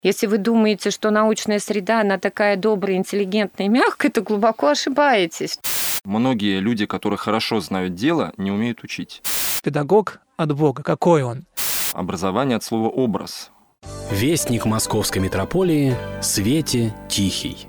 Если вы думаете, что научная среда, она такая добрая, интеллигентная и мягкая, то глубоко ошибаетесь. Многие люди, которые хорошо знают дело, не умеют учить. Педагог от Бога. Какой он? Образование от слова «образ». Вестник Московской митрополии Свете Тихий.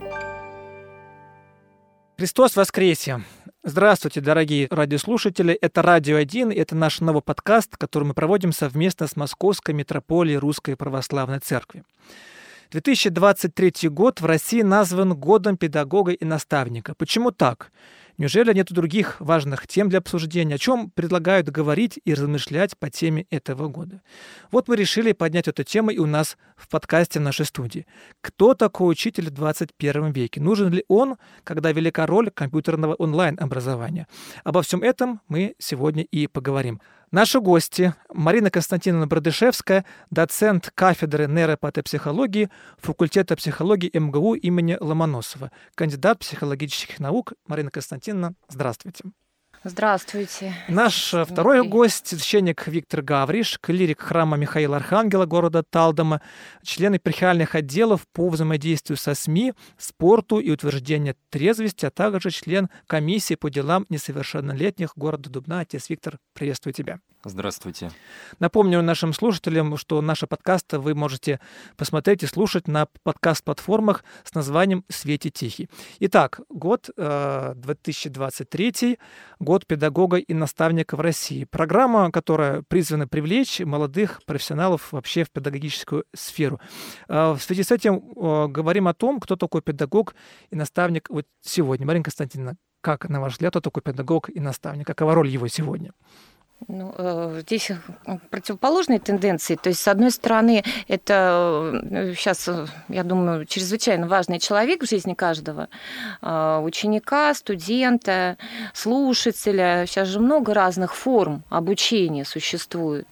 Христос воскресе! Здравствуйте, дорогие радиослушатели. Это Радио 1, и это наш новый подкаст, который мы проводим совместно с Московской митрополией Русской Православной Церкви. 2023 год в России назван Годом педагога и наставника. Почему так? Неужели нет других важных тем для обсуждения, о чем предлагают говорить и размышлять по теме этого года? Вот мы решили поднять эту тему и у нас в подкасте в нашей студии. Кто такой учитель в 21 веке? Нужен ли он, когда велика роль компьютерного онлайн-образования? Обо всем этом мы сегодня и поговорим. Наши гости – Марина Константиновна Брадышевская, доцент кафедры нейропатопсихологии факультета психологии МГУ имени Ломоносова, кандидат психологических наук. Марина Константиновна, здравствуйте. Здравствуйте. Наш второй гость – священник Виктор Гавриш, клирик храма Михаила Архангела города Талдома, член епархиальных отделов по взаимодействию со СМИ, спорту и утверждению трезвости, а также член комиссии по делам несовершеннолетних города Дубна. Отец Виктор, приветствую тебя. Здравствуйте. Напомню нашим слушателям, что наши подкасты вы можете посмотреть и слушать на подкаст-платформах с названием «Свете Тихий». Итак, год 2023, год педагога и наставника в России. Программа, которая призвана привлечь молодых профессионалов вообще в педагогическую сферу. В связи с этим говорим о том, кто такой педагог и наставник вот сегодня. Марина Константиновна, как, на ваш взгляд, кто такой педагог и наставник? Какова роль его сегодня? Здесь противоположные тенденции. То есть, с одной стороны, это сейчас, я думаю, чрезвычайно важный человек в жизни каждого. Ученика, студента, слушателя. Сейчас же много разных форм обучения существует.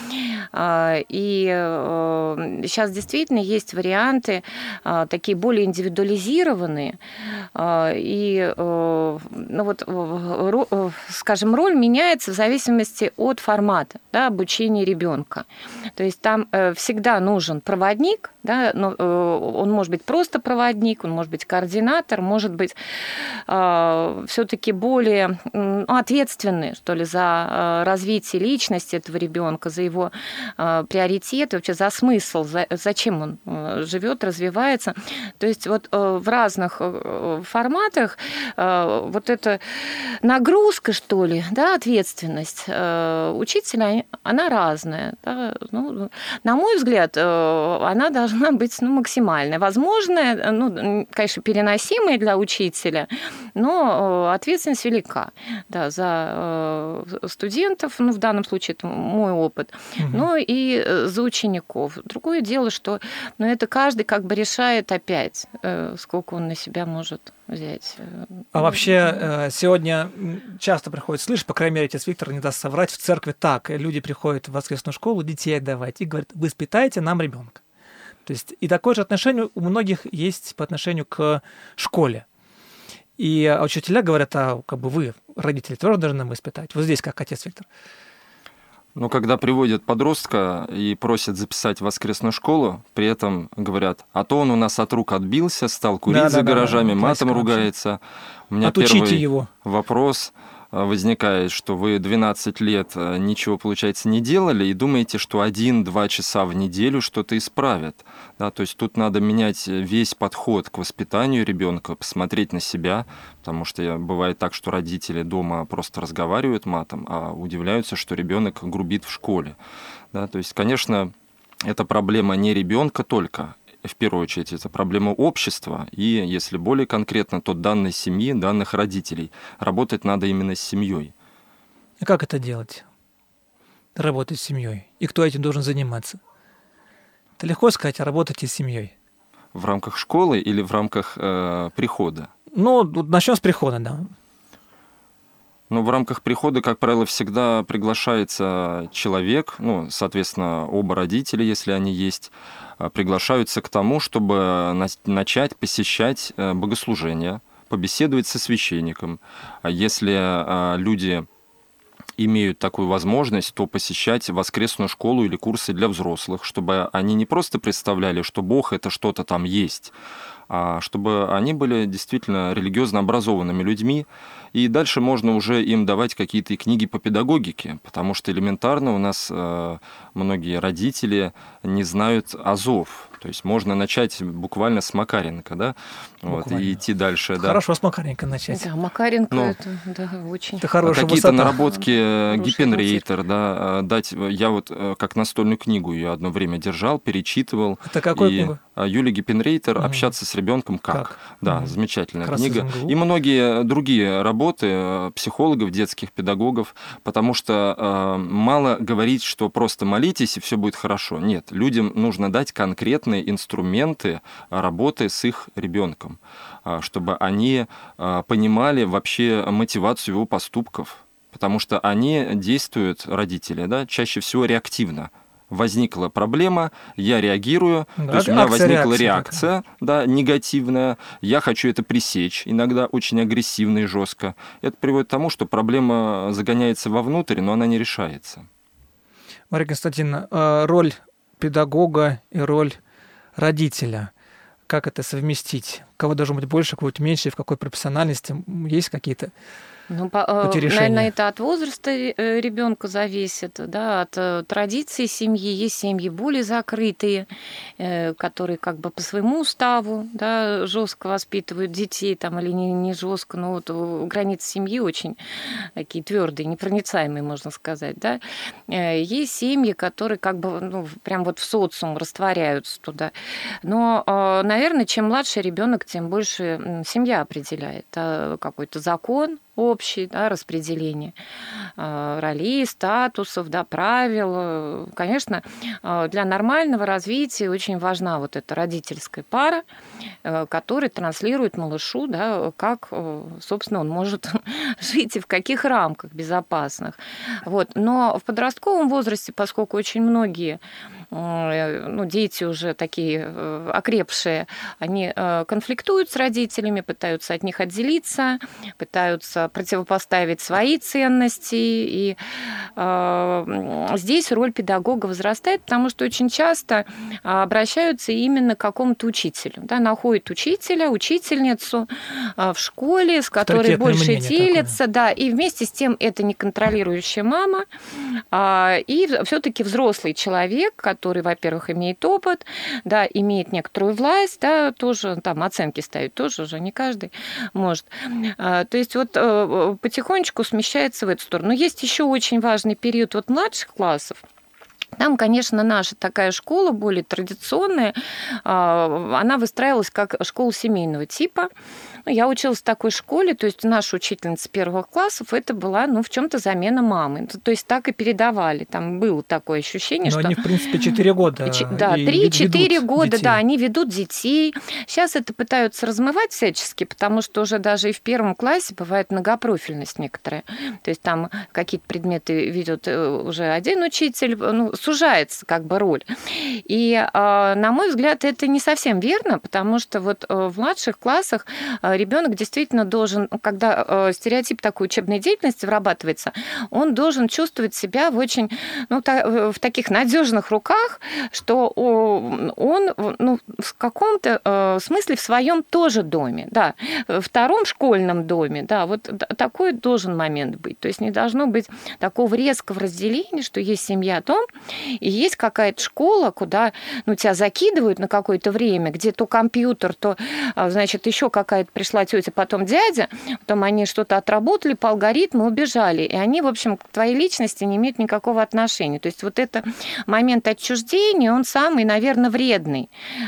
И сейчас действительно есть варианты такие более индивидуализированные. И, скажем, роль меняется в зависимости от формата, да, обучения ребенка. То есть там всегда нужен проводник, да, но он может быть просто проводник, он может быть координатор, может быть все-таки более ответственный, что ли, за развитие личности этого ребенка, за его приоритеты, вообще за смысл, зачем он живет, развивается. То есть вот в разных форматах вот эта нагрузка, что ли, да, ответственность учителя, она разная. Да? На мой взгляд, она должна быть максимальная. Возможная, конечно, переносимая для учителя, но ответственность велика, да, за студентов, в данном случае это мой опыт, но и за учеников. Другое дело, что это каждый как бы решает опять, сколько он на себя может взять. А вообще сегодня часто приходится слышать, по крайней мере, отец Виктор не даст соврать, в церкви так. Люди приходят в воскресную школу детей отдавать и говорят: воспитайте нам ребенка. То есть и такое же отношение у многих есть по отношению к школе. И учителя говорят: вы, родители, тоже должны воспитать. Вот здесь как, отец Виктор? Когда приводят подростка и просят записать в воскресную школу, при этом говорят: а то он у нас от рук отбился, стал курить за гаражами, матом ругается. У меня отучите его. Вопрос возникает, что вы 12 лет ничего, получается, не делали и думаете, что 1-2 часа в неделю что-то исправят. Да, то есть тут надо менять весь подход к воспитанию ребенка, посмотреть на себя, потому что бывает так, что родители дома просто разговаривают матом, а удивляются, что ребенок грубит в школе. Да, то есть, конечно, это проблема не ребенка только. В первую очередь, это проблема общества, и, если более конкретно, то данной семьи, данных родителей. Работать надо именно с семьей. А как это делать? Работать с семьей. И кто этим должен заниматься? Это легко сказать, работайте с семьей. В рамках школы или в рамках прихода? Начнем с прихода, да. В рамках прихода, как правило, всегда приглашается человек, соответственно, оба родителя, если они есть, приглашаются к тому, чтобы начать посещать богослужения, побеседовать со священником. А если люди имеют такую возможность, то посещать воскресную школу или курсы для взрослых, чтобы они не просто представляли, что Бог — это что-то там есть, а чтобы они были действительно религиозно образованными людьми. И дальше можно уже им давать какие-то книги по педагогике, потому что элементарно у нас многие родители не знают азов. То есть можно начать буквально с Макаренко, да, вот, и идти дальше. Хорошо, да. С Макаренко начать. Да, Макаренко, это да, очень... Это хорошая какие-то высота. наработки Гиппенрейтер, да, дать. Я вот как настольную книгу ее одно время держал, перечитывал. Это какая книга? Юлия Гиппенрейтер «Общаться с ребенком как». Да, замечательная книга. И многие другие работы психологов, детских педагогов, потому что мало говорить, что просто молитесь, и все будет хорошо. Нет, людям нужно дать конкретные инструменты работы с их ребенком, чтобы они понимали вообще мотивацию его поступков, потому что они действуют, родители, да, чаще всего реактивно. Возникла проблема, я реагирую, то есть у меня возникла реакция, да, негативная, я хочу это пресечь, иногда очень агрессивно и жестко. Это приводит к тому, что проблема загоняется вовнутрь, но она не решается. Мария Константиновна, роль педагога и роль родителя, как это совместить? Кого должно быть больше, кого меньше, в какой профессиональности? Есть какие-то наверное, это от возраста ребенка зависит, да, от традиции семьи. Есть семьи более закрытые, которые как бы по своему уставу, да, жестко воспитывают детей там, или не жестко, но вот границы семьи очень такие твердые, непроницаемые, можно сказать. Да. Есть семьи, которые как бы прям вот в социум растворяются туда. Но, наверное, чем младше ребенок, тем больше семья определяет какой-то закон общий, да, распределение ролей, статусов, да, правил. Конечно, для нормального развития очень важна вот эта родительская пара, которая транслирует малышу, да, как, собственно, он может жить и в каких рамках безопасных. Вот. Но в подростковом возрасте, поскольку очень многие дети уже такие окрепшие, они конфликтуют с родителями, пытаются от них отделиться, пытаются противопоставить свои ценности. И здесь роль педагога возрастает, потому что очень часто обращаются именно к какому-то учителю. Да, находят учителя, учительницу в школе, с которой больше делятся. Да, и вместе с тем это неконтролирующая мама и все-таки взрослый человек, который, во-первых, имеет опыт, да, имеет некоторую власть, да, тоже там оценки ставить тоже уже не каждый может. То есть вот потихонечку смещается в эту сторону. Но есть еще очень важный период вот младших классов. Там, конечно, наша такая школа, более традиционная, она выстраивалась как школа семейного типа. Я училась в такой школе, то есть наша учительница первых классов, это была, в чем-то замена мамы. То есть так и передавали. Там было такое ощущение, что... Но они, в принципе, 4 года. Да, 3-4 года, детей. Да, они ведут детей. Сейчас это пытаются размывать всячески, потому что уже даже и в первом классе бывает многопрофильность некоторая. То есть там какие-то предметы ведет уже один учитель, сужается как бы роль. И, на мой взгляд, это не совсем верно, потому что вот в младших классах ребенок действительно должен, когда стереотип такой учебной деятельности вырабатывается, он должен чувствовать себя в очень, в таких надежных руках, что он в каком-то смысле в своем тоже доме, да, втором школьном доме, да, вот такой должен момент быть. То есть не должно быть такого резкого разделения, что есть семья, дом, и есть какая-то школа, куда тебя закидывают на какое-то время, где то компьютер, то, значит, еще какая-то пришла тетя, потом дядя, потом они что-то отработали по алгоритму, убежали. И они, в общем, к твоей личности не имеют никакого отношения. То есть вот этот момент отчуждения, он самый, наверное, вредный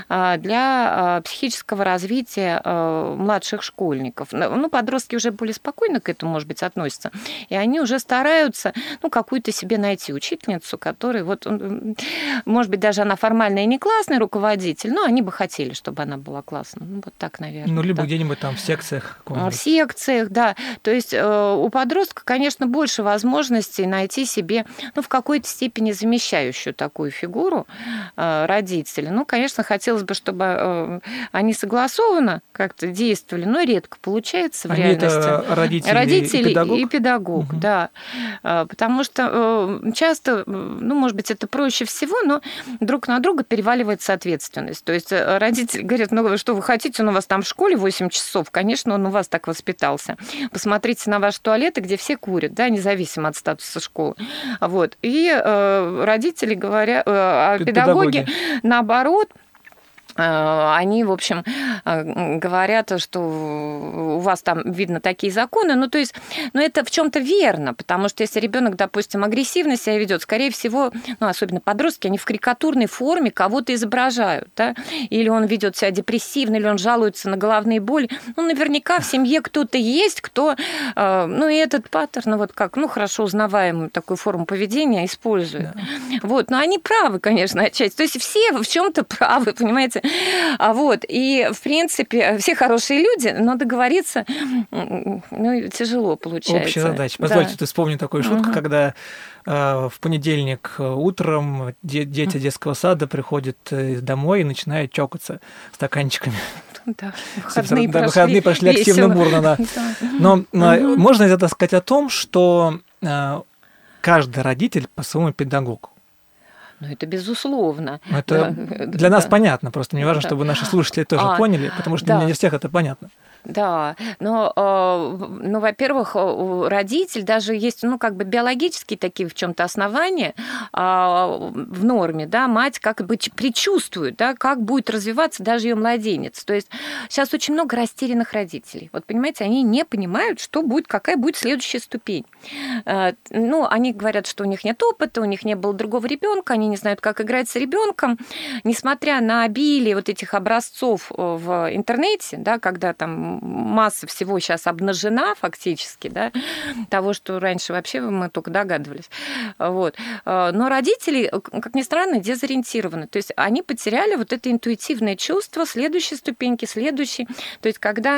для психического развития младших школьников. Подростки уже более спокойно к этому, может быть, относятся. И они уже стараются, какую-то себе найти учительницу, которая вот, может быть, даже она формально и не классный руководитель, но они бы хотели, чтобы она была классной. Ну, вот так, наверное. Ну, либо так. где-нибудь там в секциях. В секциях, да. То есть у подростка, конечно, больше возможностей найти себе, ну, в какой-то степени замещающую такую фигуру родителя. Ну, конечно, хотелось бы, чтобы они согласованно как-то действовали, но редко получается в реальности. Это родители и педагог, да. Потому что часто, ну, может быть, это проще всего, но друг на друга переваливается ответственность. То есть родители говорят, ну, что вы хотите, он у вас там в школе 8 часов, конечно, он у вас так воспитался. Посмотрите на ваши туалеты, где все курят, да, независимо от статуса школы. Вот. И родители говорят, педагоги, наоборот, они, в общем, говорят, что у вас там, видно, такие законы. Ну, то есть, ну, это в чем-то верно, потому что если ребенок, допустим, агрессивно себя ведет, скорее всего, ну, особенно подростки, они в карикатурной форме кого-то изображают, да, или он ведет себя депрессивно, или он жалуется на головные боли. Ну, наверняка в семье кто-то есть, кто, ну, и этот паттерн, вот как, ну, хорошо узнаваемую такую форму поведения использует. Да. Вот, но они правы, конечно, отчасти. То есть все в чем-то правы, понимаете? Вот. И, в принципе, все хорошие люди, но договориться, ну, тяжело получается. Общая задача. Позвольте, ты вспомни такую шутку, когда в понедельник утром дети детского сада приходят домой и начинают чокаться стаканчиками. Да, выходные прошли активно, бурно, да. Но можно это сказать о том, что каждый родитель по-своему педагог. Ну, это безусловно. Это для нас понятно, просто мне важно, чтобы наши слушатели тоже поняли, потому что не для всех это понятно. Да, но, ну, во-первых, у родителей даже есть, ну, как бы биологические такие в чем-то основания в норме, да, мать как бы предчувствует, да, как будет развиваться даже ее младенец. То есть сейчас очень много растерянных родителей. Вот, понимаете, они не понимают, что будет, какая будет следующая ступень. Ну, они говорят, что у них нет опыта, у них не было другого ребенка, они не знают, как играть с ребенком. Несмотря на обилие вот этих образцов в интернете, да, когда там масса всего сейчас обнажена фактически, да, того, что раньше вообще мы только догадывались. Вот. Но родители, как ни странно, дезориентированы. То есть они потеряли вот это интуитивное чувство следующей ступеньки, следующей. То есть когда,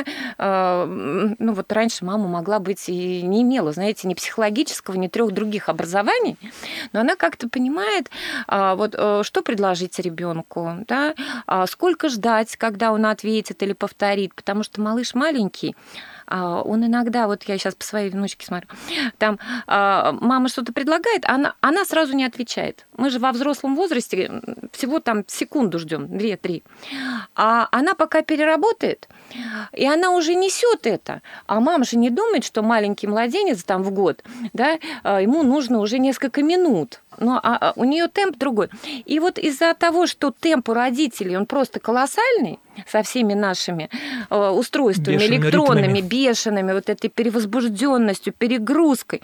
ну вот раньше мама могла быть и не имела, знаете, ни психологического, ни 3 других образований, но она как-то понимает, вот что предложить ребенку, да, сколько ждать, когда он ответит или повторит, потому что малыш маленький, он иногда, вот я сейчас по своей внучке смотрю, там мама что-то предлагает, она сразу не отвечает. Мы же во взрослом возрасте всего там секунду ждем, 2-3. А она пока переработает, и она уже несет это. А мама же не думает, что маленький младенец там в год, да, ему нужно уже несколько минут. Но у нее темп другой. И вот из-за того, что темп у родителей, он просто колоссальный, со всеми нашими устройствами, электронными, бешеными, вот этой перевозбужденностью, перегрузкой,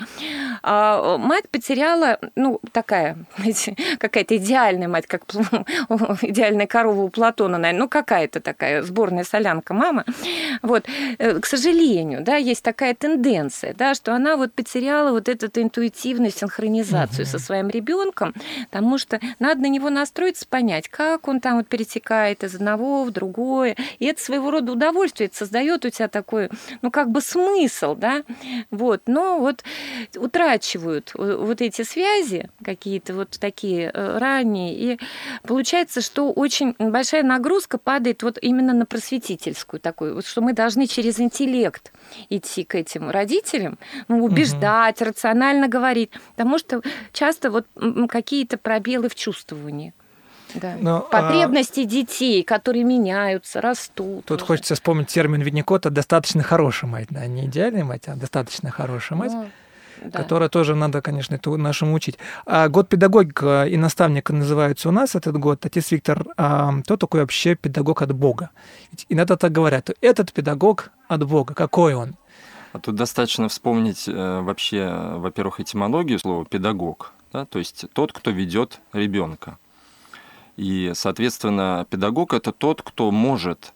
мать потеряла, ну, такая, знаете, какая-то идеальная мать, как идеальная корова у Платона, наверное, ну, какая-то такая сборная солянка мама. Вот. К сожалению, да, есть такая тенденция, да, что она вот потеряла вот эту интуитивную синхронизацию со своим ребенком, потому что надо на него настроиться, понять, как он там вот перетекает из одного в другое. И это своего рода удовольствие, это создает у тебя такой, ну, как бы смысл, да, вот, но вот утрачивают вот эти связи какие-то вот такие ранние, и получается, что очень большая нагрузка падает вот именно на просветительскую такую, вот, что мы должны через интеллект идти к этим родителям, ну, убеждать, рационально говорить, потому что часто вот какие-то пробелы в чувствовании. Да. Но, потребности детей, которые меняются, растут. Тут хочется вспомнить термин Винникота «достаточно хорошая мать». Да, не идеальная мать, а достаточно хорошая мать, которая тоже надо, конечно, это нашему учить. Год педагогика и наставника называется у нас этот год. Отец Виктор, кто такой вообще педагог от Бога? Ведь иногда так говорят, этот педагог от Бога. Какой он? А тут достаточно вспомнить вообще, во-первых, этимологию слова «педагог», да, то есть тот, кто ведет ребенка. И, соответственно, педагог – это тот, кто может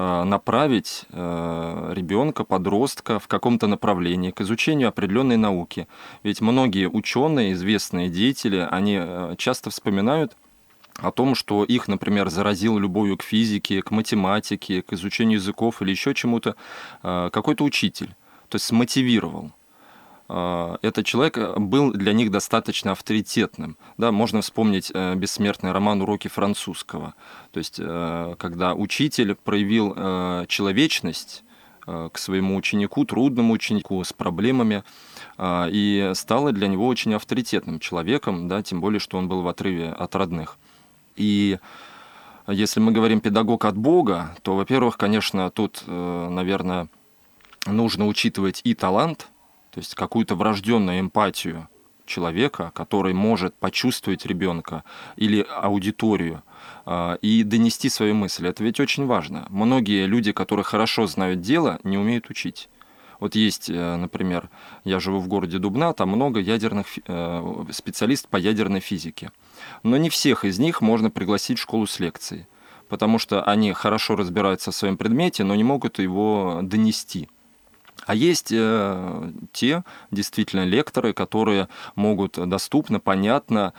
направить ребенка, подростка в каком-то направлении, к изучению определенной науки. Ведь многие ученые, известные деятели, они часто вспоминают о том, что их, например, заразил любовью к физике, к математике, к изучению языков или еще чему-то какой-то учитель, то есть смотивировал. Этот человек был для них достаточно авторитетным. Да, можно вспомнить бессмертный роман «Уроки французского». То есть, когда учитель проявил человечность к своему ученику, трудному ученику, с проблемами, и стал для него очень авторитетным человеком, да, тем более, что он был в отрыве от родных. И если мы говорим «педагог от Бога», то, во-первых, конечно, тут, наверное, нужно учитывать и талант, то есть какую-то врожденную эмпатию человека, который может почувствовать ребенка или аудиторию и донести свою мысль. Это ведь очень важно. Многие люди, которые хорошо знают дело, не умеют учить. Вот есть, например, я живу в городе Дубна, там много ядерных специалистов по ядерной физике. Но не всех из них можно пригласить в школу с лекцией, потому что они хорошо разбираются в своем предмете, но не могут его донести. А есть те, действительно, лекторы, которые могут доступно, понятно,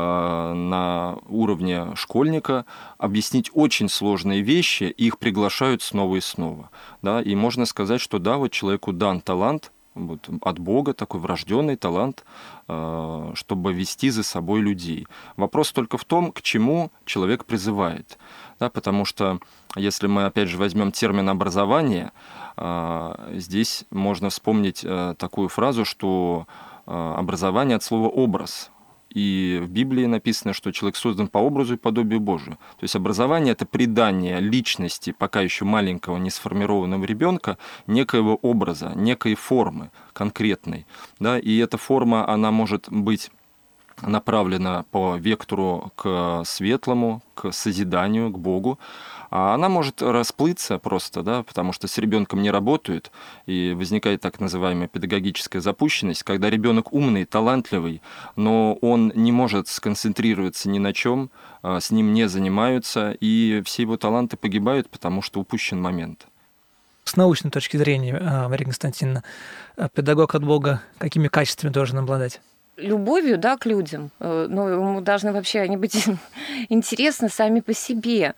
на уровне школьника объяснить очень сложные вещи, и их приглашают снова и снова. Да? И можно сказать, что да, вот человеку дан талант, вот, от Бога такой врожденный талант, чтобы вести за собой людей. Вопрос только в том, к чему человек призывает. Да? Потому что, если мы, опять же, возьмем термин «образование», здесь можно вспомнить такую фразу, что образование от слова «образ». И в Библии написано, что человек создан по образу и подобию Божию. То есть образование — это придание личности пока еще маленького, несформированного ребенка некоего образа, некой формы конкретной. Да? И эта форма, она может быть направлена по вектору к светлому, к созиданию, к Богу. А она может расплыться просто, да, потому что с ребенком не работают, и возникает так называемая педагогическая запущенность, когда ребенок умный, талантливый, но он не может сконцентрироваться ни на чем, с ним не занимаются, и все его таланты погибают, потому что упущен момент. С научной точки зрения, Мария Константиновна, педагог от Бога какими качествами должен обладать? Любовью, да, к людям. Но ему должны вообще они быть интересны сами по себе.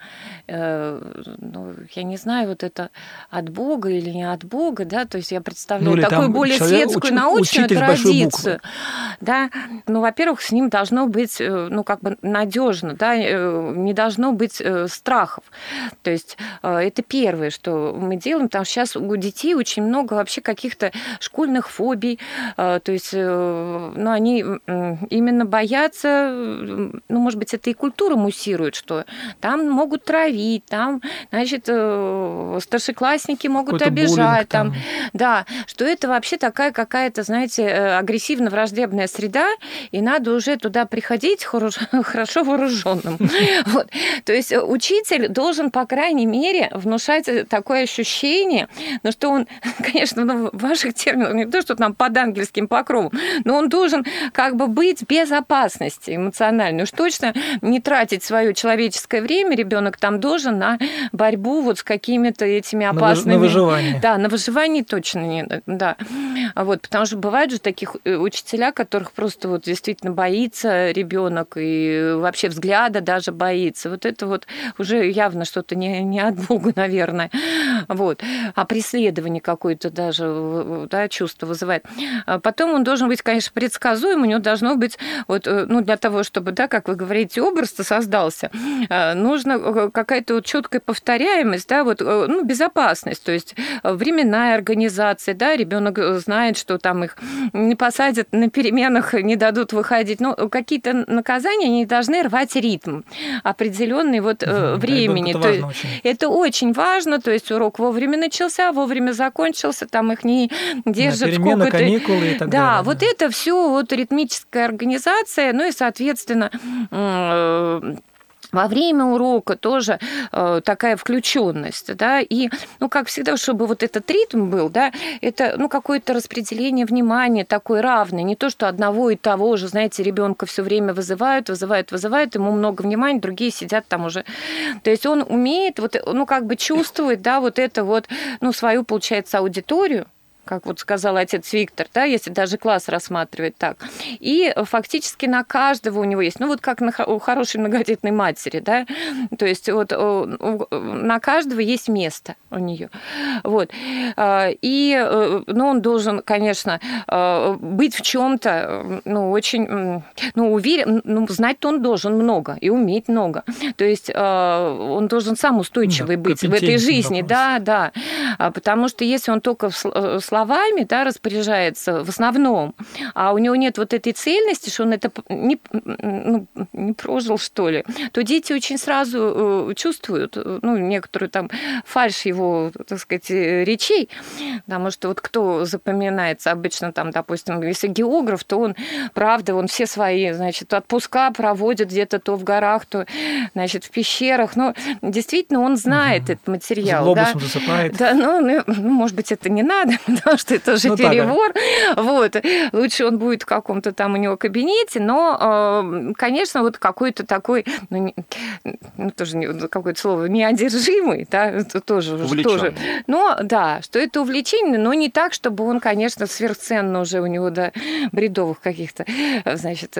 Ну, я не знаю, вот это от Бога или не от Бога, да, то есть я представляю такую более светскую научную традицию. Да, ну, во-первых, с ним должно быть, ну, как бы надежно, да, не должно быть страхов. То есть это первое, что мы делаем, потому что сейчас у детей очень много вообще каких-то школьных фобий, то есть, ну, они именно боятся, ну, может быть, это и культура муссирует, что там могут травить, там, значит, старшеклассники могут какой-то обижать, там, да, что это вообще такая какая-то, знаете, агрессивно-враждебная среда, и надо уже туда приходить хорошо вооруженным. Вот. То есть учитель должен, по крайней мере, внушать такое ощущение, ну, что он, конечно, ну, в ваших терминах, не то, что там под ангельским покровом, но он должен как бы быть в безопасности эмоциональной. Уж точно не тратить свое человеческое время ребенок там должен на борьбу вот с какими-то этими опасными... На выживание. Да, на выживание точно не... Да. Вот, потому что бывают же таких учителя, которых просто вот действительно боится ребенок и вообще взгляда даже боится. Вот это вот уже явно что-то не от Бога, наверное. Вот. А преследование какое-то даже, да, чувство вызывает. Потом он должен быть, конечно, предсказуем, у него должно быть, вот, ну, для того, чтобы, да, как вы говорите, образ-то создался, нужно какая-то вот четкая повторяемость, да, вот, ну, безопасность, то есть временная организация, да, ребенок знает, что там их не посадят на переменах, не дадут выходить, ну, какие-то наказания не должны рвать ритм определенный вот времени. Это очень важно, то есть урок вовремя начался, вовремя закончился, там их не держат перемены, каникулы и так далее. Да, вот это все вот ритмическая организация, ну и, соответственно, во время урока тоже такая включенность, да, и, как всегда, чтобы вот этот ритм был, да, это, какое-то распределение внимания такое равное, не то, что одного и того же, знаете, ребенка все время вызывают, ему много внимания, другие сидят там уже. То есть он умеет, чувствует, да, вот это вот, свою, получается, аудиторию, как вот сказал отец Виктор, да, если даже класс рассматривать так. И фактически на каждого у него есть, как у хорошей многодетной матери, да, то есть вот на каждого есть место у нее. Вот. И, он должен, конечно, быть в чем-то, очень, уверен, знать-то он должен много и уметь много. То есть он должен сам устойчивый быть в этой жизни, да, потому что если он только словами, да, распоряжается в основном, а у него нет вот этой цельности, что он это не прожил, что ли, то дети очень сразу чувствуют, некоторую там фальшь его, так сказать, речей, потому что вот кто запоминается обычно там, допустим, если географ, то он, правда, он все свои, значит, отпуска проводит где-то то в горах, то, значит, в пещерах, но действительно он знает этот материал. Глобусом засыпает. Да, может быть, это не надо, потому что это же перебор. Да. Вот. Лучше он будет в каком-то там у него кабинете, но, конечно, вот какой-то такой, тоже какое-то слово, неодержимый, да, это тоже. Но, да, что это увлечение, но не так, чтобы он, конечно, сверхценно уже у него до бредовых каких-то, значит,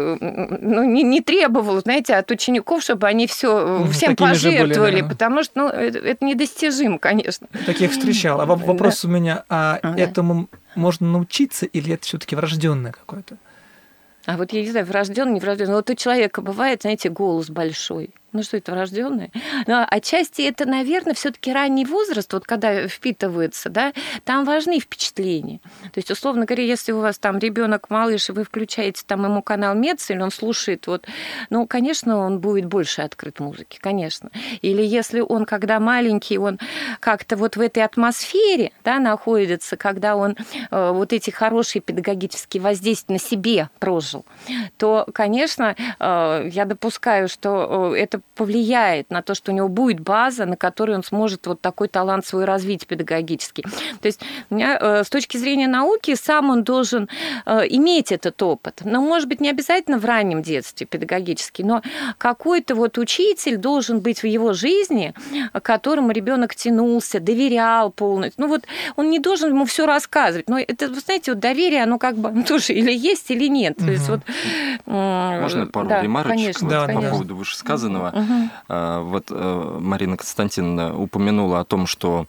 не требовал, знаете, от учеников, чтобы они всем пожертвовали, потому что, это недостижимо, конечно. Таких встречал. А вопрос у меня, этому можно научиться или это все-таки врожденное какое-то? А вот я не знаю, врожденный, не врожденный. Вот у человека бывает, знаете, голос большой. Что это врожденное? Но отчасти это, наверное, все-таки ранний возраст, вот когда впитывается, да, там важны впечатления. То есть, условно говоря, если у вас там ребенок малыш, и вы включаете там ему канал Мец, или он слушает, вот, конечно, он будет больше открыт музыке, конечно. Или если он, когда маленький, он как-то вот в этой атмосфере, да, находится, когда он вот эти хорошие педагогические воздействия на себе прожил, то, конечно, я допускаю, что это повлияет на то, что у него будет база, на которой он сможет вот такой талант свой развить педагогический. То есть у меня с точки зрения науки сам он должен иметь этот опыт. Но, может быть, не обязательно в раннем детстве педагогический, но какой-то вот учитель должен быть в его жизни, к которому ребенок тянулся, доверял полностью. Вот он не должен ему все рассказывать. Но это, вы знаете, вот доверие, оно как бы тоже или есть, или нет. То есть вот, можно пару ремарочек конечно, по поводу вышесказанного? Вот Марина Константиновна упомянула о том, что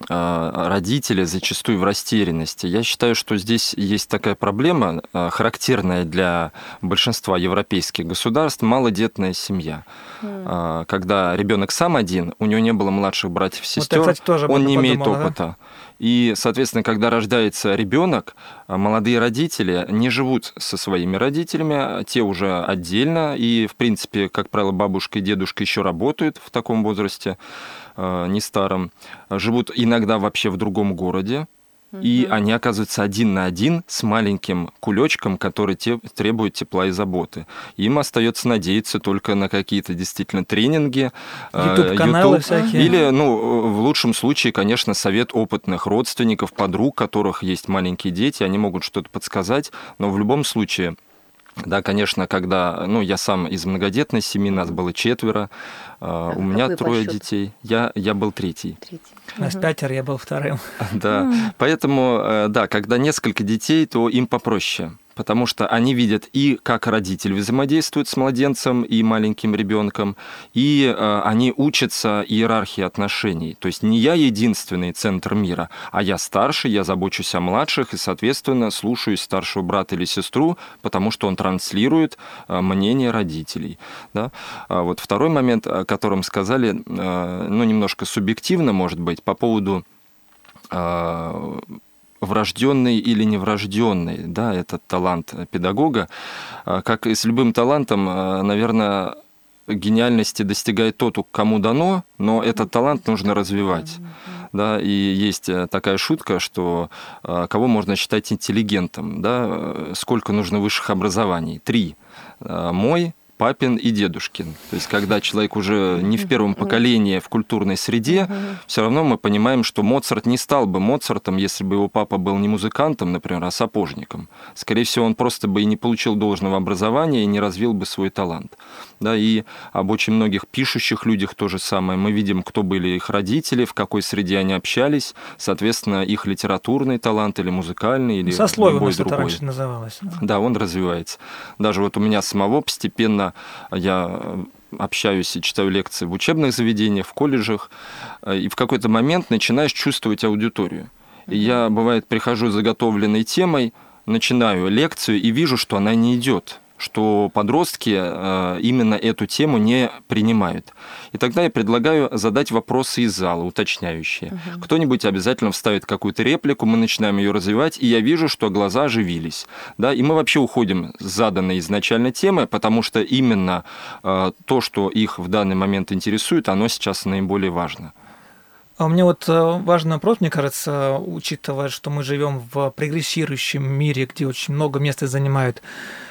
родители зачастую в растерянности. Я считаю, что здесь есть такая проблема, характерная для большинства европейских государств, малодетная семья. Когда ребенок сам один, у него не было младших братьев и сестер, вот он не имеет опыта. Да? И, соответственно, когда рождается ребенок, молодые родители не живут со своими родителями, те уже отдельно, и, в принципе, как правило, бабушка и дедушка еще работают в таком возрасте, не старом, живут иногда вообще в другом городе, и они оказываются один на один с маленьким кулечком, который требует тепла и заботы. Им остается надеяться только на какие-то действительно тренинги, YouTube-каналы всякие. Или, в лучшем случае, конечно, совет опытных родственников, подруг, у которых есть маленькие дети, они могут что-то подсказать, но в любом случае... Да, конечно, когда, я сам из многодетной семьи, нас было 4, у меня 3 детей, я был 3. Нас 5, я был 2. Да, поэтому, да, когда несколько детей, то им попроще. Потому что они видят и как родитель взаимодействует с младенцем и маленьким ребенком, и они учатся иерархии отношений. То есть не я единственный центр мира, а я старший, я забочусь о младших и, соответственно, слушаюсь старшего брата или сестру, потому что он транслирует мнение родителей. Да? Вот второй момент, о котором сказали, немножко субъективно, может быть, по поводу врожденный или неврожденный, да, этот талант педагога. Как и с любым талантом, наверное, гениальности достигает тот, кому дано, но этот талант нужно развивать. Да, и есть такая шутка, что кого можно считать интеллигентом, да, сколько нужно высших образований? 3. Мой, папин и дедушкин. То есть, когда человек уже не в первом поколении в культурной среде, все равно мы понимаем, что Моцарт не стал бы Моцартом, если бы его папа был не музыкантом, например, а сапожником. Скорее всего, он просто бы и не получил должного образования и не развил бы свой талант. Да, и об очень многих пишущих людях то же самое. Мы видим, кто были их родители, в какой среде они общались, соответственно, их литературный талант или музыкальный, или сословие любой у нас другой. это раньше называлось. Да, он развивается. Даже вот у меня самого постепенно я общаюсь и читаю лекции в учебных заведениях, в колледжах, и в какой-то момент начинаешь чувствовать аудиторию. И я, бывает, прихожу с заготовленной темой, начинаю лекцию и вижу, что она не идет, что подростки именно эту тему не принимают. И тогда я предлагаю задать вопросы из зала, уточняющие. Кто-нибудь обязательно вставит какую-то реплику, мы начинаем ее развивать, и я вижу, что глаза оживились. Да? И мы вообще уходим с заданной изначально темы, потому что именно то, что их в данный момент интересует, оно сейчас наиболее важно. А у меня вот важный вопрос, мне кажется, учитывая, что мы живем в прогрессирующем мире, где очень много места занимают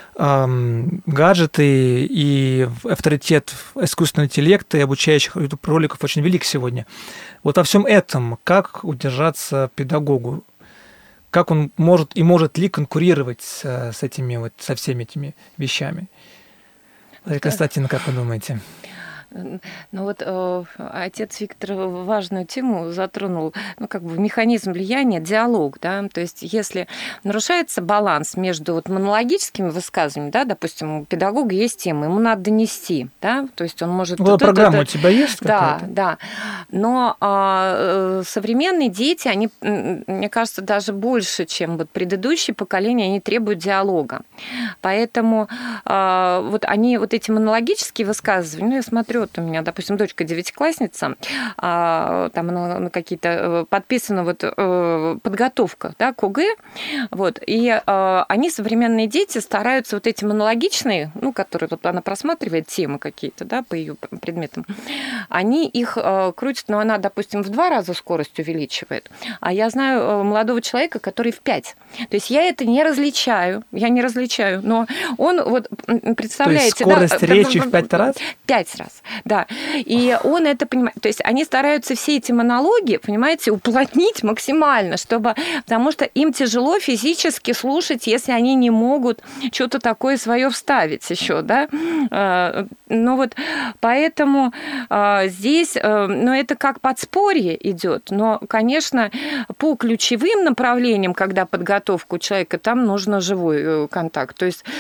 гаджеты, и авторитет искусственного интеллекта и обучающих YouTube-роликов очень велик сегодня. Вот во всем этом как удержаться педагогу? Как он может и может ли конкурировать со всеми этими вещами? Константин, как вы думаете? Ну вот отец Виктор важную тему затронул, механизм влияния, диалог, да, то есть если нарушается баланс между вот монологическими высказываниями, да, допустим, у педагога есть тема, ему надо донести, да, то есть он может... Программа у тебя есть какая-то? Да, но современные дети, они, мне кажется, даже больше, чем вот предыдущие поколения, они требуют диалога, поэтому вот они, вот эти монологические высказывания, я смотрю, вот у меня, допустим, дочка 9-классница, там она какие-то подписана подготовка, да, к ОГЭ, и они, современные дети, стараются вот эти монологичные, которые она просматривает темы какие-то, да, по ее предметам, они их крутят, она, допустим, в 2 раза скорость увеличивает, а я знаю молодого человека, который в 5. То есть я это не различаю, но он, представляете... То есть скорость речи в 5 раз? 5 раз. Да, и он это понимает. То есть они стараются все эти монологи, понимаете, уплотнить максимально, потому что им тяжело физически слушать, если они не могут что-то такое свое вставить еще, да. Поэтому здесь, это как подспорье идет, но, конечно, по ключевым направлениям, когда подготовка у человека, там нужно живой контакт. То есть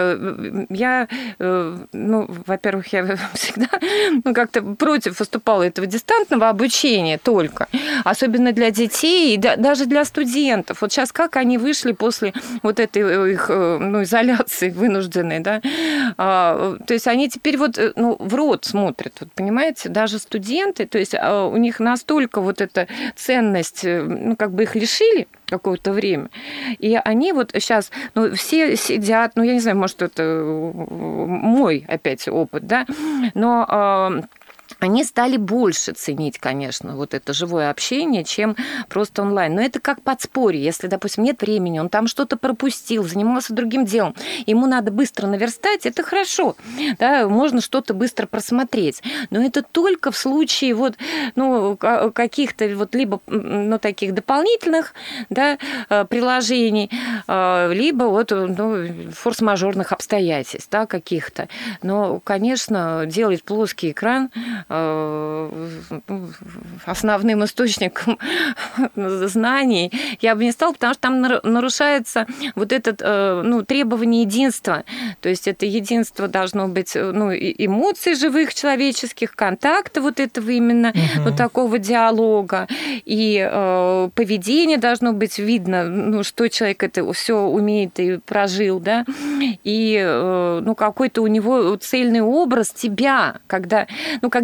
во-первых, я всегда как-то против выступала этого дистантного обучения только, особенно для детей и даже для студентов. Вот сейчас как они вышли после вот этой их изоляции вынужденной, да, то есть они теперь в рот смотрят, понимаете, даже студенты, то есть у них настолько вот эта ценность, их лишили какое-то время. И они сейчас, все сидят, я не знаю, может, это мой опять опыт, да, но они стали больше ценить, конечно, вот это живое общение, чем просто онлайн. Но это как подспорье. Если, допустим, нет времени, он там что-то пропустил, занимался другим делом, ему надо быстро наверстать, это хорошо. Да, можно что-то быстро просмотреть. Но это только в случае каких-то либо таких дополнительных, да, приложений, либо форс-мажорных обстоятельств, да, каких-то. Но, конечно, делать плоский экран основным источником знаний я бы не стала, потому что там нарушается вот это требование единства. То есть это единство должно быть эмоций живых человеческих, контакта этого именно, такого диалога. И поведение должно быть видно, что человек это все умеет и прожил, да, и какой-то у него цельный образ тебя, когда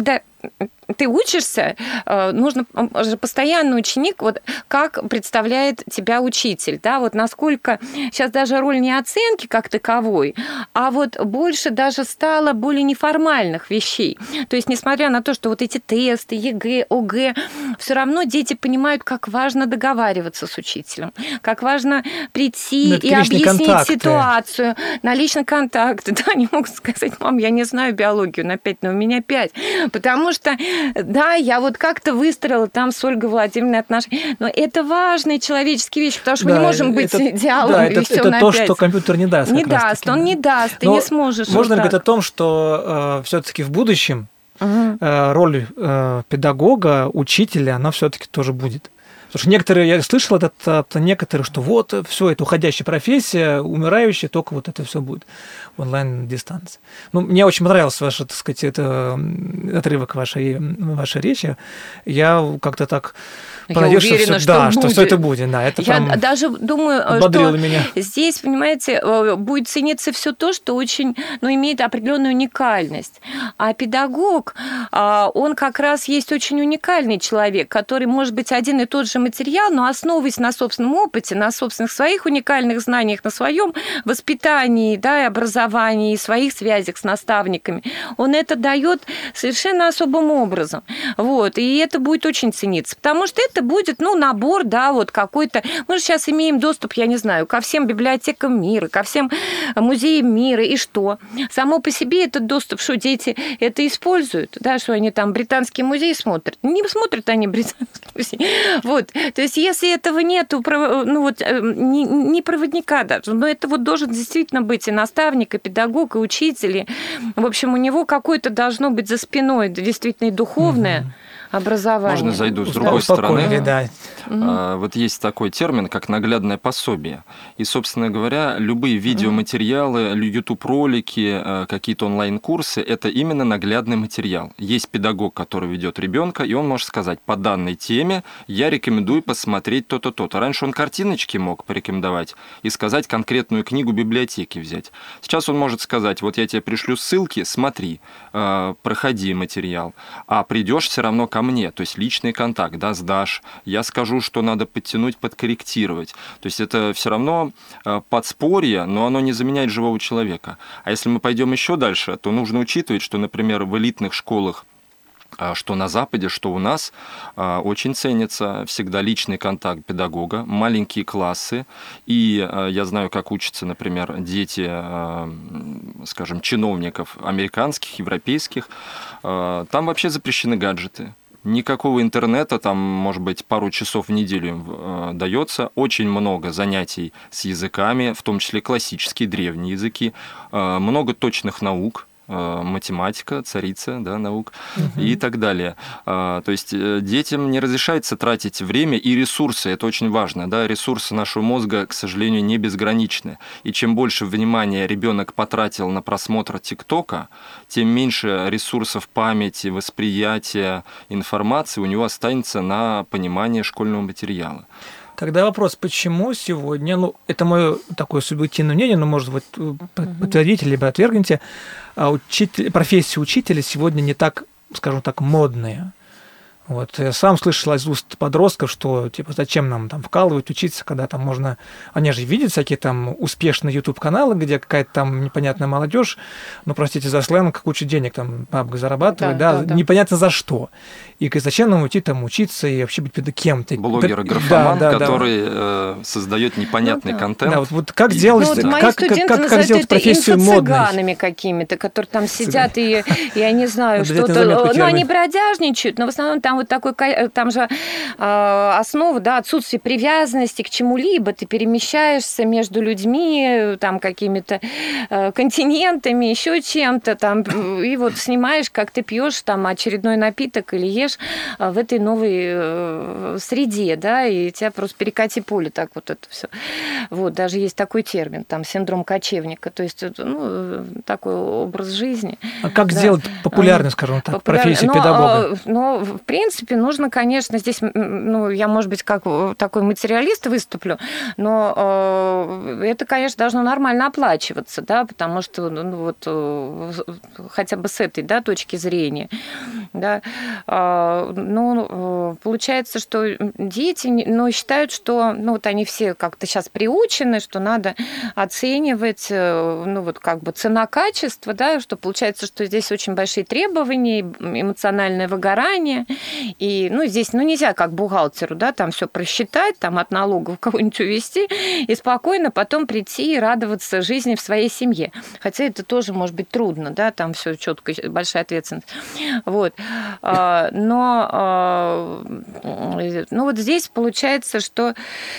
ты учишься, нужно же постоянно ученик, вот как представляет тебя учитель, да, вот насколько сейчас даже роль не оценки как таковой, а вот больше даже стало более неформальных вещей. То есть, несмотря на то, что вот эти тесты, ЕГЭ, ОГЭ, все равно дети понимают, как важно договариваться с учителем, как важно прийти и объяснить ситуацию на личный контакт. Да, они могут сказать: мам, я не знаю биологию на 5, но у меня 5. Потому что, да, я вот как-то выстроила там с Ольгой Владимировной отношения. Но это важные человеческие вещи, потому что мы не можем быть идеалом и все на 5. Это то, что компьютер не даст. Не даст, он не даст, ты не сможешь. Можно говорить о том, что все-таки в будущем роль педагога, учителя, она все-таки тоже будет. Потому что некоторые, я слышал от некоторых, что вот все это уходящая профессия, умирающая, только вот это все будет в онлайн-дистанции. Ну, мне очень понравился ваш, так сказать, это отрывок вашей речи. Я как-то так понадеялся, что все это будет. Да, это я даже думаю, что меня. Здесь, понимаете, будет цениться все то, что очень, имеет определенную уникальность. А педагог, он как раз есть очень уникальный человек, который может быть один и тот же материал, но основываясь на собственном опыте, на собственных своих уникальных знаниях, на своем воспитании, да, и образовании, и своих связях с наставниками, он это дает совершенно особым образом. Вот. И это будет очень цениться, потому что это будет, набор, да, вот какой-то... Мы же сейчас имеем доступ, я не знаю, ко всем библиотекам мира, ко всем музеям мира, и что? Само по себе этот доступ, что дети это используют, да, что они там британский музей смотрят. Не смотрят они британский музей. Вот. То есть, если этого нету, не проводника даже, но это вот должен действительно быть и наставник, и педагог, и учитель. И, в общем, у него какое-то должно быть за спиной действительно и духовное образование. Можно зайду с другой стороны. Да. Вот есть такой термин, как наглядное пособие. И, собственно говоря, любые видеоматериалы, YouTube-ролики, какие-то онлайн-курсы – это именно наглядный материал. Есть педагог, который ведет ребенка, и он может сказать: по данной теме я рекомендую посмотреть то-то, то-то. Раньше он картиночки мог порекомендовать и сказать конкретную книгу библиотеки взять. Сейчас он может сказать: вот я тебе пришлю ссылки, смотри, проходи материал, а придешь все равно ко мне, то есть личный контакт, да, сдашь, я скажу, что надо подтянуть, подкорректировать. То есть это все равно подспорье, но оно не заменяет живого человека. А если мы пойдем еще дальше, то нужно учитывать, что, например, в элитных школах, что на Западе, что у нас, очень ценится всегда личный контакт педагога, маленькие классы. И я знаю, как учатся, например, дети, скажем, чиновников американских, европейских. Там вообще запрещены гаджеты. Никакого интернета, там, может быть, пару часов в неделю им дается. Очень много занятий с языками, в том числе классические, древние языки. Много точных наук. Математика, царица, да, наук и так далее. То есть детям не разрешается тратить время и ресурсы, это очень важно, да, ресурсы нашего мозга, к сожалению, не безграничны. И чем больше внимания ребенок потратил на просмотр ТикТока, тем меньше ресурсов памяти, восприятия информации у него останется на понимание школьного материала. Тогда вопрос, почему сегодня, это мое такое субъективное мнение, но, может быть, подтвердите, либо отвергните, профессия учителя сегодня не так, скажем так, модная. Вот. Я сам слышал из уст подростков, что типа зачем нам там вкалывать, учиться, когда там можно... Они же видят всякие там успешные YouTube-каналы, где какая-то там непонятная молодежь, простите за сленг, кучу денег там бабка зарабатывает, да, непонятно за что. И зачем нам уйти там учиться и вообще быть кем-то? Блогер-графоман, который создает непонятный контент. Да, вот как сделать, мои студенты называют это профессию инфо-цыганами какими-то, которые там сидят и, я не знаю, что-то... они бродяжничают, но в основном там вот такой, там же основа, да, отсутствие привязанности к чему-либо, ты перемещаешься между людьми, там какими-то континентами, еще чем-то, там, и вот снимаешь, как ты пьешь там очередной напиток или ешь в этой новой среде, да, и тебя просто перекати поле, так вот это все. Вот, даже есть такой термин, там, синдром кочевника, то есть, такой образ жизни. А как сделать популярной, скажем так, профессию педагога? В принципе, принципе, нужно, конечно, здесь, ну, я, может быть, как такой материалист выступлю, но это, конечно, должно нормально оплачиваться, да, потому что, ну, вот, хотя бы с этой, да, точки зрения, да, ну, получается, что дети, ну, считают, что, ну, вот они все как-то сейчас приучены, что надо оценивать, ну, вот как бы цена-качество, да, что получается, что здесь очень большие требования, эмоциональное выгорание, и, ну, здесь, ну, нельзя как бухгалтеру, да, там все просчитать, там от налогов кого-нибудь увести и спокойно потом прийти и радоваться жизни в своей семье. Хотя это тоже может быть трудно, да, там все четко, большая ответственность. Вот. Но, ну, вот здесь получается, что,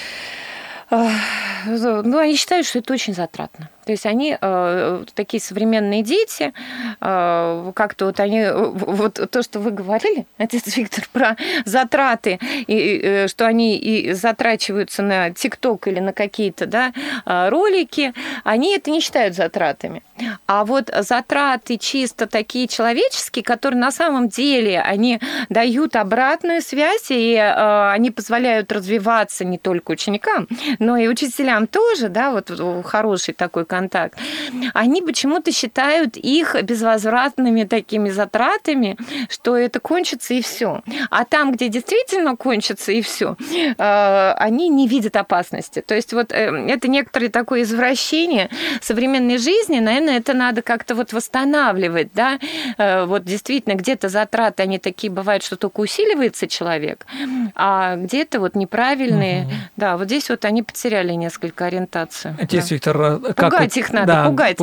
ну, они считают, что это очень затратно. То есть они такие современные дети, как-то вот они, вот то, что вы говорили, отец Виктор, про затраты, и что они и затрачиваются на ТикТок или на какие-то, да, ролики, они это не считают затратами. А вот затраты чисто такие человеческие, которые на самом деле, они дают обратную связь, и они позволяют развиваться не только ученикам, но и учителям тоже, да, вот хороший такой контакт, они почему-то считают их безвозвратными такими затратами, что это кончится и все. А там, где действительно кончится и все, они не видят опасности. То есть вот это некоторое такое извращение современной жизни, наверное, это надо как-то вот восстанавливать, да, вот действительно где-то затраты, они такие бывают, что только усиливается человек, а где-то вот неправильные, да, вот здесь вот они потеряли несколько ориентацию. Отец Виктор, пугать их надо, да, пугать.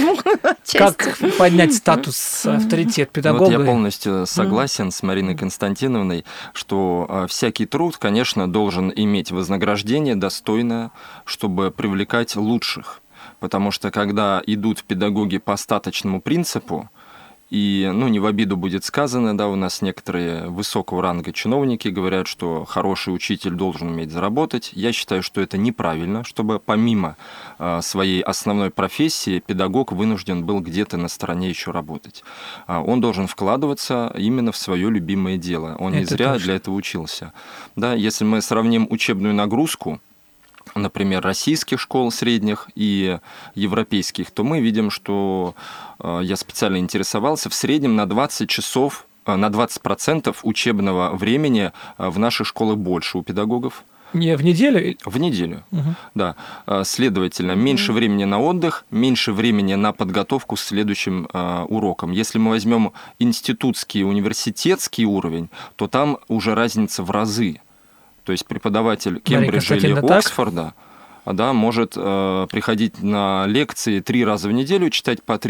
Как поднять статус, авторитет педагога? Вот я полностью согласен с Мариной Константиновной, что всякий труд, конечно, должен иметь вознаграждение достойное, чтобы привлекать лучших. Потому что когда идут педагоги по остаточному принципу, и, ну, не в обиду будет сказано, да, у нас некоторые высокого ранга чиновники говорят, что хороший учитель должен уметь заработать. Я считаю, что это неправильно, чтобы помимо своей основной профессии педагог вынужден был где-то на стороне еще работать. Он должен вкладываться именно в свое любимое дело. Он не зря для этого учился. Да, если мы сравним учебную нагрузку, например, российских школ средних и европейских, то мы видим, что я специально интересовался, в среднем на 20 часов, на 20% учебного времени в наших школах больше у педагогов. Не в неделю? В неделю, да. Следовательно, меньше времени на отдых, меньше времени на подготовку к следующим урокам. Если мы возьмем институтский, университетский уровень, то там уже разница в разы. То есть преподаватель Кембриджа или Оксфорда, да, может приходить на лекции 3 раза в неделю, читать по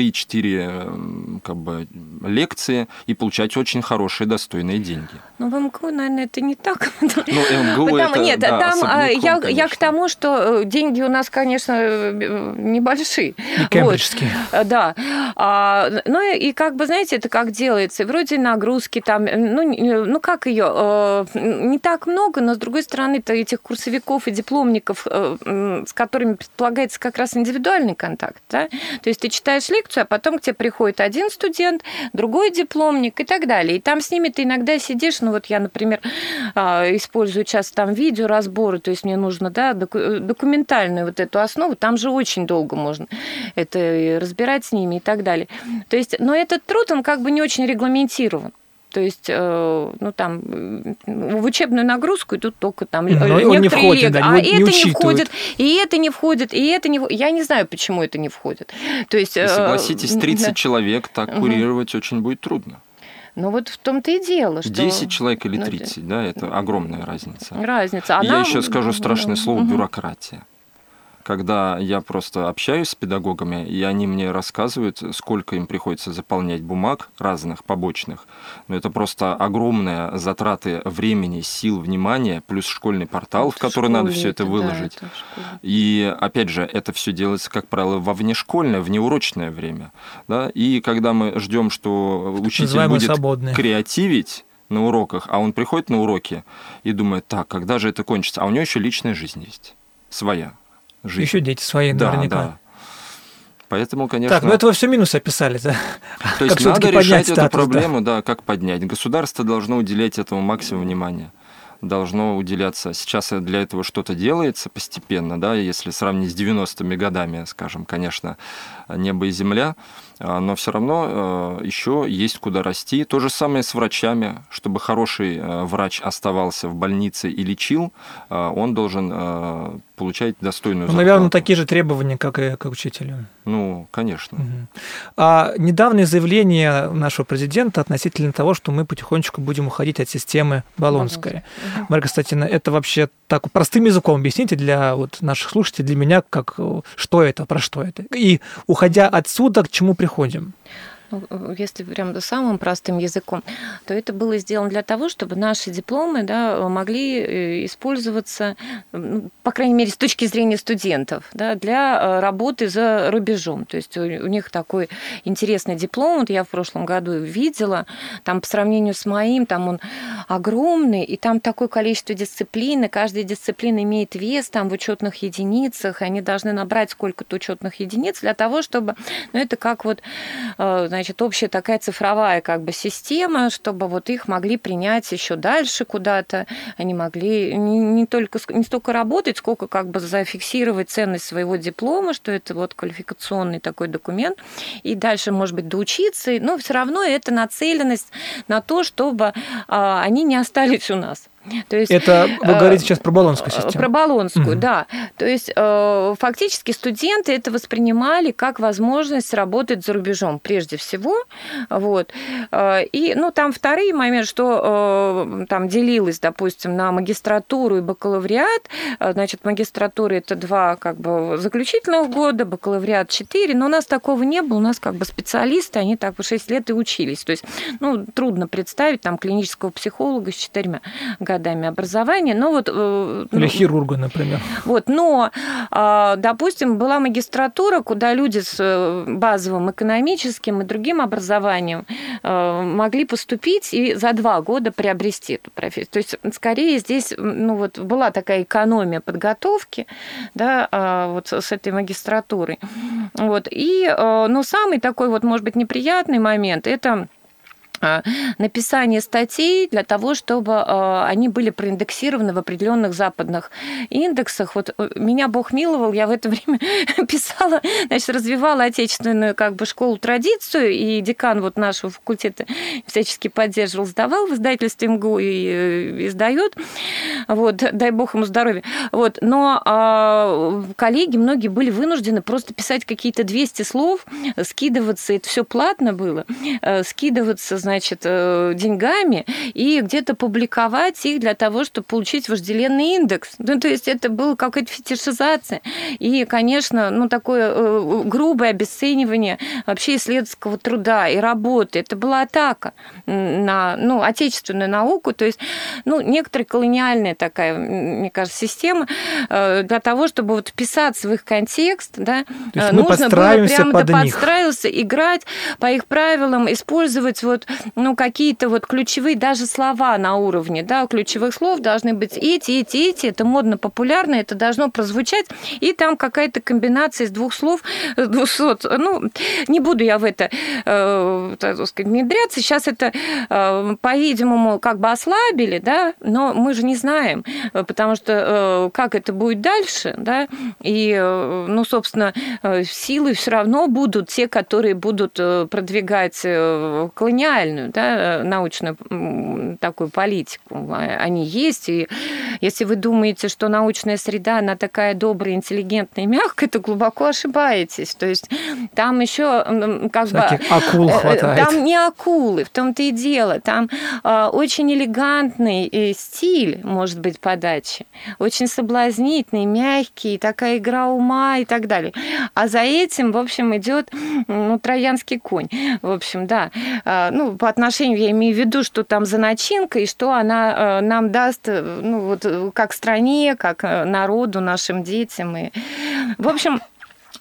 3-4 как бы, лекции и получать очень хорошие, достойные деньги. Ну, в МГУ, наверное, это не так. Ну, МГУ это, нет, да, там я к тому, что деньги у нас, конечно, небольшие. И кембриджские. Вот. Да. Ну, и как бы, знаете, это как делается. Вроде нагрузки там, ну как ее, не так много, но, с другой стороны-то этих курсовиков и дипломников, с которыми предполагается как раз индивидуальный контакт. Да? То есть ты читаешь лекцию, а потом к тебе приходит один студент, другой дипломник и так далее. И там с ними ты иногда сидишь, ну вот я, например, использую часто там видеоразборы, то есть мне нужно, да, документальную вот эту основу, там же очень долго можно это разбирать с ними и так далее. То есть, но этот труд, он как бы не очень регламентирован. То есть, ну, там, в учебную нагрузку идут только там некоторые не входит, лекции, да, а это не входит, и это не входит, и это не... Я не знаю, почему это не входит. То есть, и согласитесь, 30 человек так курировать очень будет трудно. Ну, вот в том-то и дело, что... 10 человек или 30, да, это огромная разница. Разница. Я еще скажу страшное слово «бюрократия». Когда я просто общаюсь с педагогами, и они мне рассказывают, сколько им приходится заполнять бумаг разных, побочных, но это просто огромные затраты времени, сил, внимания, плюс школьный портал, в который надо все это выложить. Да, это и, опять же, это все делается, как правило, во внешкольное, внеурочное время. Да? И когда мы ждем, что учитель будет креативить на уроках, а он приходит на уроки и думает, так, когда же это кончится? А у него еще личная жизнь есть, своя. Жизнь. Еще дети свои, наверняка. Да. Поэтому, конечно... Так, ну это вы все минусы описали, да? То есть надо решать эту проблему, да, как поднять. Государство должно уделять этому максимум внимания. Должно уделяться. Сейчас для этого что-то делается постепенно, да, если сравнить с 90-ми годами, скажем, конечно, небо и земля, но все равно еще есть куда расти. То же самое с врачами. Чтобы хороший врач оставался в больнице и лечил, он должен получать достойную зарплату. Наверное, такие же требования, как и к учителю. Ну, конечно. А недавнее заявление нашего президента относительно того, что мы потихонечку будем уходить от системы Болонской. Мария Константиновна, это вообще так простым языком объясните для вот наших слушателей, для меня, как, что это, про что это. И уходя отсюда, к чему приходим? Если прям самым простым языком, то это было сделано для того, чтобы наши дипломы, да, могли использоваться, по крайней мере, с точки зрения студентов, да, для работы за рубежом. То есть у них такой интересный диплом, вот я в прошлом году видела, там по сравнению с моим, там он огромный, и там такое количество дисциплин, и каждая дисциплина имеет вес там в учетных единицах, и они должны набрать сколько-то учетных единиц для того, чтобы, ну, это как вот, значит, общая такая цифровая как бы система, чтобы вот их могли принять еще дальше куда-то. Они могли не столько работать, сколько как бы зафиксировать ценность своего диплома, что это вот квалификационный такой документ, и дальше, может быть, доучиться, но все равно это нацеленность на то, чтобы они не остались у нас. То есть, это вы говорите сейчас про болонскую систему? Про болонскую, да. То есть фактически студенты это воспринимали как возможность работать за рубежом прежде всего. Вот. И ну, там второй момент, что там делилось, допустим, на магистратуру и бакалавриат. Значит, магистратура это 2 как бы заключительных года, бакалавриат 4, но у нас такого не было. У нас как бы специалисты, они так 6 лет и учились. То есть ну, трудно представить там клинического психолога с 4 годами образования, но вот... Или хирурга, например. Вот, но, допустим, была магистратура, куда люди с базовым экономическим и другим образованием могли поступить и за 2 года приобрести эту профессию. То есть, скорее, здесь ну, вот, была такая экономия подготовки, да, вот с этой магистратурой. Вот. И, ну, самый такой вот, может быть, неприятный момент – это написание статей для того, чтобы они были проиндексированы в определенных западных индексах. Вот меня Бог миловал, я в это время писала, значит, развивала отечественную как бы школу-традицию, и декан вот нашего факультета всячески поддерживал, сдавал в издательстве МГУ и издает. Вот, дай Бог ему здоровья. Вот, но коллеги многие были вынуждены просто писать какие-то 200 слов, скидываться, это все платно было, скидываться, значит, деньгами и где-то публиковать их для того, чтобы получить вожделенный индекс. Ну, то есть это была какая-то фетишизация. И, конечно, ну, такое грубое обесценивание вообще исследовательского труда и работы. Это была атака на ну, отечественную науку. То есть ну, некоторая колониальная такая, мне кажется, система для того, чтобы вот вписаться в их контекст, да, нужно было прямо подстраиваться, играть по их правилам, использовать вот ну, какие-то вот ключевые даже слова на уровне, да, ключевых слов должны быть эти, это модно, популярно, это должно прозвучать, и там какая-то комбинация из 2 слов, 200, ну, не буду я в это, так сказать, внедряться, сейчас это, по-видимому, как бы ослабили, да, но мы же не знаем, потому что как это будет дальше, да, и, ну, собственно, силы все равно будут те, которые будут продвигать колониальную, да, научную такую политику. Они есть. И если вы думаете, что научная среда, она такая добрая, интеллигентная и мягкая, то глубоко ошибаетесь. То есть там еще как всяких бы... акул хватает. Там не акулы, в том-то и дело. Там очень элегантный стиль, может быть, подачи. Очень соблазнительный, мягкий, такая игра ума и так далее. А за этим, в общем, идет ну, троянский конь. В общем, да. Ну, по отношению, я имею в виду, что там за начинкой, и что она нам даст, ну, вот, как стране, как народу, нашим детям. И, в общем,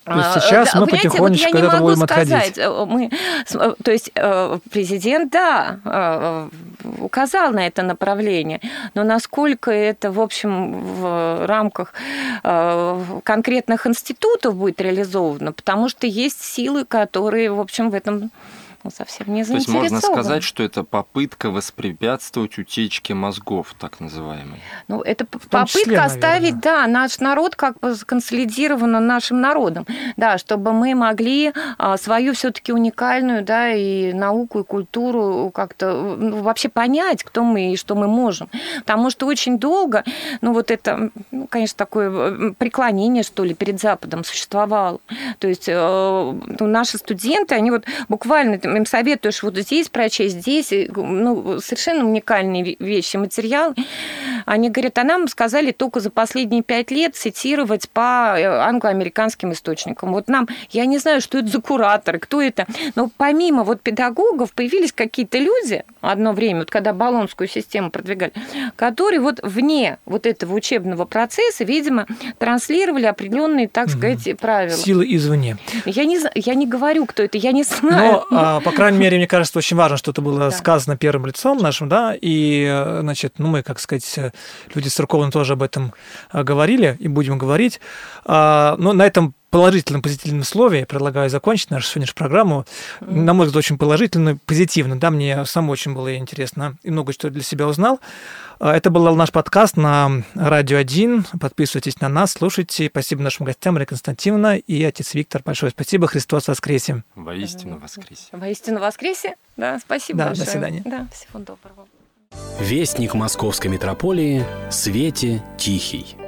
То есть сейчас мы потихонечку вот это будем отходить. То есть президент, да, указал на это направление, но насколько это, в общем, в рамках конкретных институтов будет реализовано, потому что есть силы, которые, в общем, в этом совсем не заинтересованы. То есть можно сказать, что это попытка воспрепятствовать утечке мозгов, так называемой. Ну, это попытка оставить, да, наш народ как бы консолидированно нашим народом, да, чтобы мы могли свою все-таки уникальную, да, и науку, и культуру как-то вообще понять, кто мы и что мы можем. Потому что очень долго, вот это, конечно, такое преклонение, что ли, перед Западом существовало. То есть наши студенты, они вот буквально им советуешь вот здесь прочесть, здесь, совершенно уникальные вещи, материалы. Они говорят, а нам сказали только за последние 5 лет цитировать по англо-американским источникам. Вот нам, я не знаю, что это за кураторы, кто это, но помимо вот педагогов появились какие-то люди одно время, вот когда Болонскую систему продвигали, которые вот вне вот этого учебного процесса, видимо, транслировали определенные, так сказать, правила. Силы извне. Я не говорю, кто это, я не знаю. Но, по крайней мере, мне кажется, очень важно, что это было сказано первым лицом нашим, да, и, значит, мы, как сказать, люди церковные тоже об этом говорили и будем говорить. Но на этом положительном, позитивном слове я предлагаю закончить нашу сегодняшнюю программу. На мой взгляд, очень положительно, позитивно. Да, мне самому очень было интересно и много что для себя узнал. Это был наш подкаст на Радио 1. Подписывайтесь на нас, слушайте. Спасибо нашим гостям, Мария Константиновна и отец Виктор. Большое спасибо. Христос воскресе. Воистину воскресе. Воистину воскресе. Да, спасибо большое. До свидания. Да, всего доброго. Вестник Московской митрополии Свете Тихий.